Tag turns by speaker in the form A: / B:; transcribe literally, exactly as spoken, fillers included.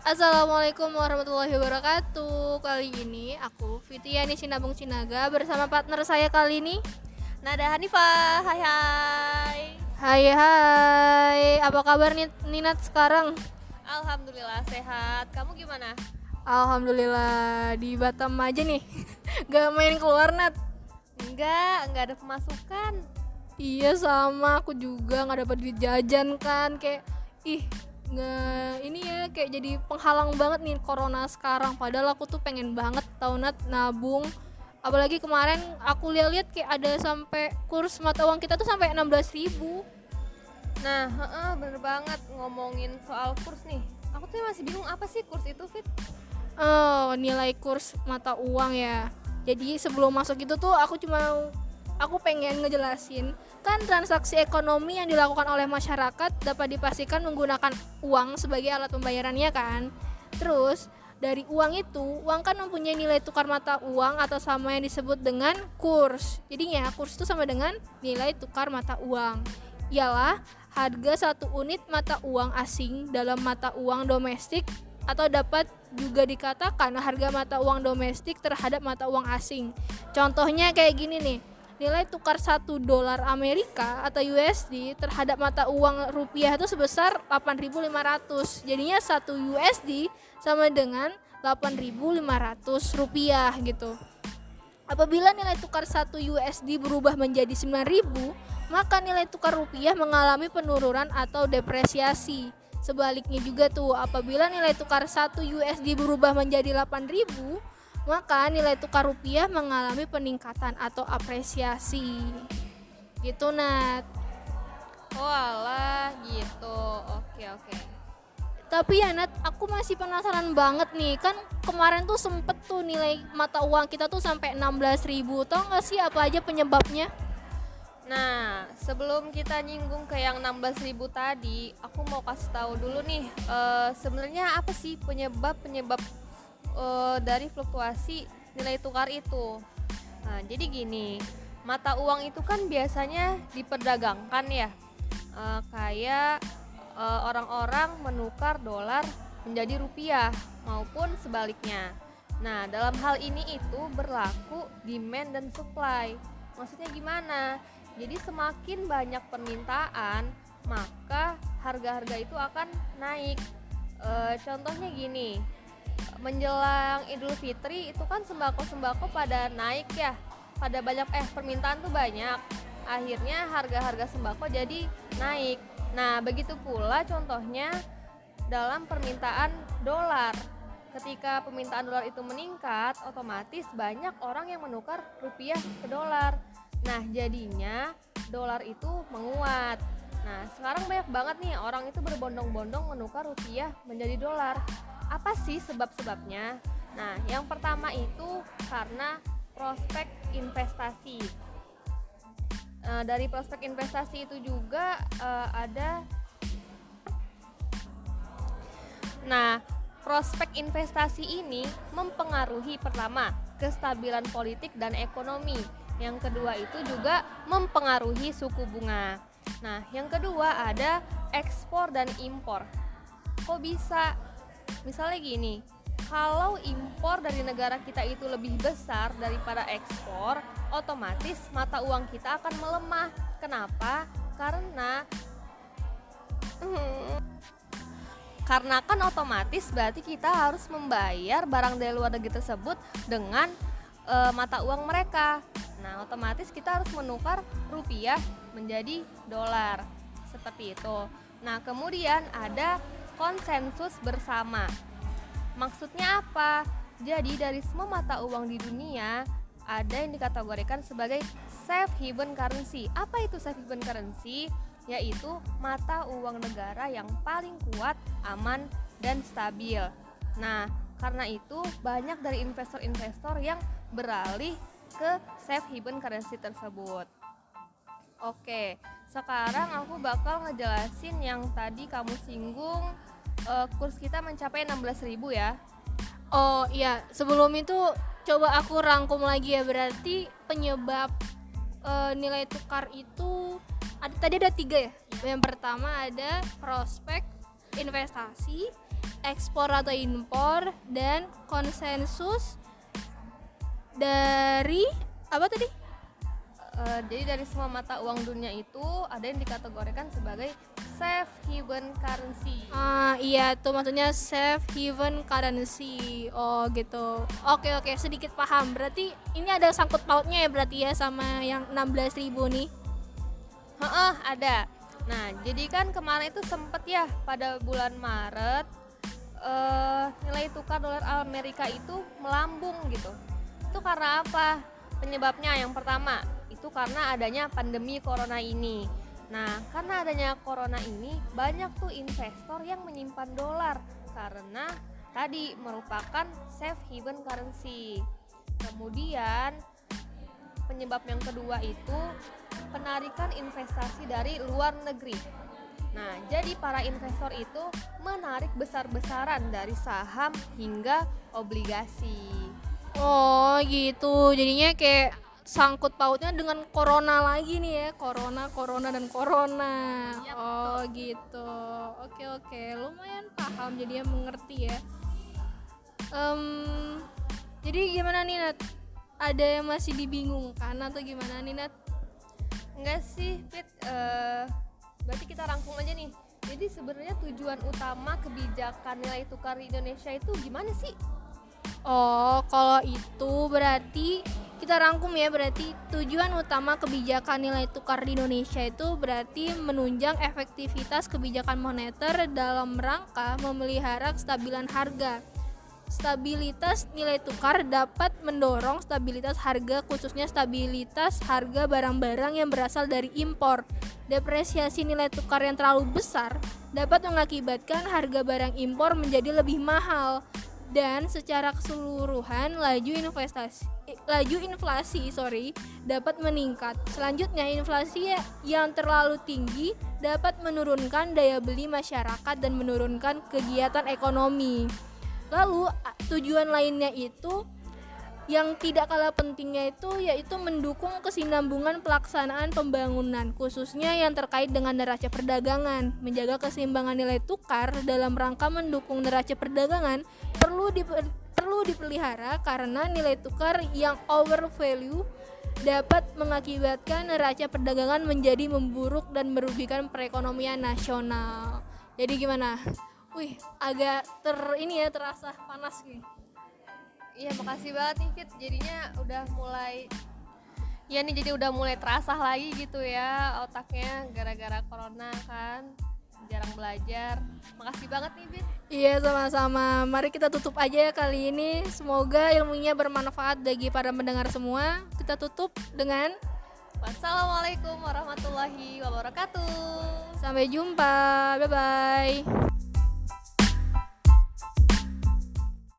A: Assalamualaikum warahmatullahi wabarakatuh. Kali ini aku Fitiani Sinabung Sinaga bersama partner saya kali ini
B: Nada Hanifah. Hai hai.
A: Hai hai. Apa kabar nih Ninat sekarang?
B: Alhamdulillah sehat. Kamu gimana?
A: Alhamdulillah di Batam aja nih. Gak main keluar Nat?
B: Enggak, enggak ada pemasukan.
A: Iya sama aku juga gak dapat duit jajan kan. Kayak ih nggak ini ya kayak jadi penghalang banget nih corona sekarang, padahal aku tuh pengen banget tau Nat nabung, apalagi kemarin aku lihat-lihat kayak ada sampai kurs mata uang kita tuh sampai enam belas ribu.
B: Nah, heeh, bener banget ngomongin soal kurs nih. Aku tuh masih bingung apa sih kurs itu, Fit?
A: Oh, nilai kurs mata uang ya. Jadi sebelum masuk itu tuh aku cuma aku pengen ngejelasin kan transaksi ekonomi yang dilakukan oleh masyarakat dapat dipastikan menggunakan uang sebagai alat pembayarannya kan. Terus dari uang itu, uang kan mempunyai nilai tukar mata uang atau sama yang disebut dengan kurs. Jadinya kurs itu sama dengan nilai tukar mata uang. Ialah harga satu unit mata uang asing dalam mata uang domestik, atau dapat juga dikatakan harga mata uang domestik terhadap mata uang asing. Contohnya kayak gini nih. Nilai tukar satu dolar Amerika atau U S D terhadap mata uang rupiah itu sebesar delapan ribu lima ratus. Jadinya satu U S D sama dengan delapan ribu lima ratus rupiah gitu. Apabila nilai tukar satu U S D berubah menjadi sembilan ribu, maka nilai tukar rupiah mengalami penurunan atau depresiasi. Sebaliknya juga tuh, apabila nilai tukar satu U S D berubah menjadi delapan ribu, maka nilai tukar rupiah mengalami peningkatan atau apresiasi. Gitu Nat.
B: Oh alah, gitu. Oke oke.
A: Tapi ya Nat, aku masih penasaran banget nih. Kan kemarin tuh sempet tuh nilai mata uang kita tuh sampai enam belas ribu. Tau gak sih apa aja penyebabnya?
B: Nah, sebelum kita nyinggung ke yang enam belas ribu tadi, aku mau kasih tahu dulu nih, uh, sebenarnya apa sih penyebab-penyebab uh, dari fluktuasi nilai tukar itu. Nah, jadi gini, mata uang itu kan biasanya diperdagangkan ya, uh, kayak uh, orang-orang menukar dolar menjadi rupiah maupun sebaliknya. Nah, dalam hal ini itu berlaku demand dan supply. Maksudnya gimana? Jadi semakin banyak permintaan, maka harga-harga itu akan naik. E, contohnya gini, menjelang Idul Fitri itu kan sembako-sembako pada naik ya, pada banyak eh permintaan tuh banyak, akhirnya harga-harga sembako jadi naik. Nah begitu pula contohnya dalam permintaan dolar, ketika permintaan dolar itu meningkat, otomatis banyak orang yang menukar rupiah ke dolar. Nah jadinya dolar itu menguat. Nah sekarang banyak banget nih orang itu berbondong-bondong menukar rupiah menjadi dolar. Apa sih sebab-sebabnya? Nah yang pertama itu karena prospek investasi. E, dari prospek investasi itu juga e, ada. Nah prospek investasi ini mempengaruhi pertama kestabilan politik dan ekonomi. Yang kedua itu juga mempengaruhi suku bunga. Nah, yang kedua ada ekspor dan impor. Kok bisa? Misalnya gini, kalau impor dari negara kita itu lebih besar daripada ekspor, otomatis mata uang kita akan melemah. Kenapa? Karena hmm, karena kan otomatis berarti kita harus membayar barang dari luar negeri tersebut dengan e, mata uang mereka. Nah, otomatis kita harus menukar rupiah menjadi dolar. Seperti itu. Nah, kemudian ada konsensus bersama. Maksudnya apa? Jadi dari semua mata uang di dunia ada yang dikategorikan sebagai safe haven currency. Apa itu safe haven currency? Yaitu mata uang negara yang paling kuat, aman, dan stabil. Nah, karena itu banyak dari investor-investor yang beralih ke safe haven currency tersebut. Oke, sekarang aku bakal ngejelasin yang tadi kamu singgung, uh, kurs kita mencapai enam belas ribu ya.
A: Oh iya, sebelum itu coba aku rangkum lagi ya. Berarti penyebab uh, nilai tukar itu ada, tadi ada tiga ya. Yang pertama ada prospek investasi, ekspor atau impor, dan konsensus dari apa tadi?
B: Eh, jadi dari semua mata uang dunia itu ada yang dikategorikan sebagai safe haven currency.
A: Ah iya tuh maksudnya safe haven currency. Oh gitu. Oke oke sedikit paham. Berarti ini ada sangkut pautnya ya berarti ya sama yang enam belas ribu nih.
B: Heeh, ada. Nah, jadi kan kemarin itu sempet ya pada bulan Maret eh, nilai tukar dolar Amerika itu melambung gitu. Itu karena apa? Penyebabnya yang pertama itu karena adanya pandemi corona ini. Nah, karena adanya corona ini banyak tuh investor yang menyimpan dolar karena tadi merupakan safe haven currency. Kemudian penyebab yang kedua itu penarikan investasi dari luar negeri. Nah, jadi para investor itu menarik besar-besaran dari saham hingga obligasi.
A: Oh gitu. Jadinya kayak sangkut pautnya dengan corona lagi nih ya. Corona, corona dan corona.
B: Yap,
A: Oh gitu. Oke oke. Lumayan paham jadinya mengerti ya. Em, jadi gimana nih Nat? Ada yang masih dibingungkan atau gimana nih Nat?
B: Enggak sih, Fit. Eh, berarti kita rangkum aja nih. Jadi sebenarnya tujuan utama kebijakan nilai tukar di Indonesia itu gimana sih?
A: Oh, kalau itu berarti kita rangkum ya, berarti tujuan utama kebijakan nilai tukar di Indonesia itu berarti menunjang efektivitas kebijakan moneter dalam rangka memelihara kestabilan harga. Stabilitas nilai tukar dapat mendorong stabilitas harga, khususnya stabilitas harga barang-barang yang berasal dari impor. Depresiasi nilai tukar yang terlalu besar dapat mengakibatkan harga barang impor menjadi lebih mahal. Dan secara keseluruhan laju investasi laju inflasi sorry dapat meningkat. Selanjutnya, inflasi yang terlalu tinggi dapat menurunkan daya beli masyarakat dan menurunkan kegiatan ekonomi. Lalu tujuan lainnya itu yang tidak kalah pentingnya itu yaitu mendukung kesinambungan pelaksanaan pembangunan, khususnya yang terkait dengan neraca perdagangan. Menjaga keseimbangan nilai tukar dalam rangka mendukung neraca perdagangan perlu diper, perlu dipelihara karena nilai tukar yang overvalue dapat mengakibatkan neraca perdagangan menjadi memburuk dan merugikan perekonomian nasional. Jadi gimana? Wih, agak ter ini ya terasa panas nih.
B: Iya, makasih banget nih Fit. Jadinya udah mulai ya nih jadi udah mulai terasa lagi gitu ya otaknya gara-gara corona kan. Jarang belajar. Makasih banget nih Fit.
A: Iya sama-sama. Mari kita tutup aja ya kali ini. Semoga ilmunya bermanfaat bagi para pendengar semua. Kita tutup dengan
B: Wassalamualaikum warahmatullahi wabarakatuh.
A: sampai jumpa. Bye bye.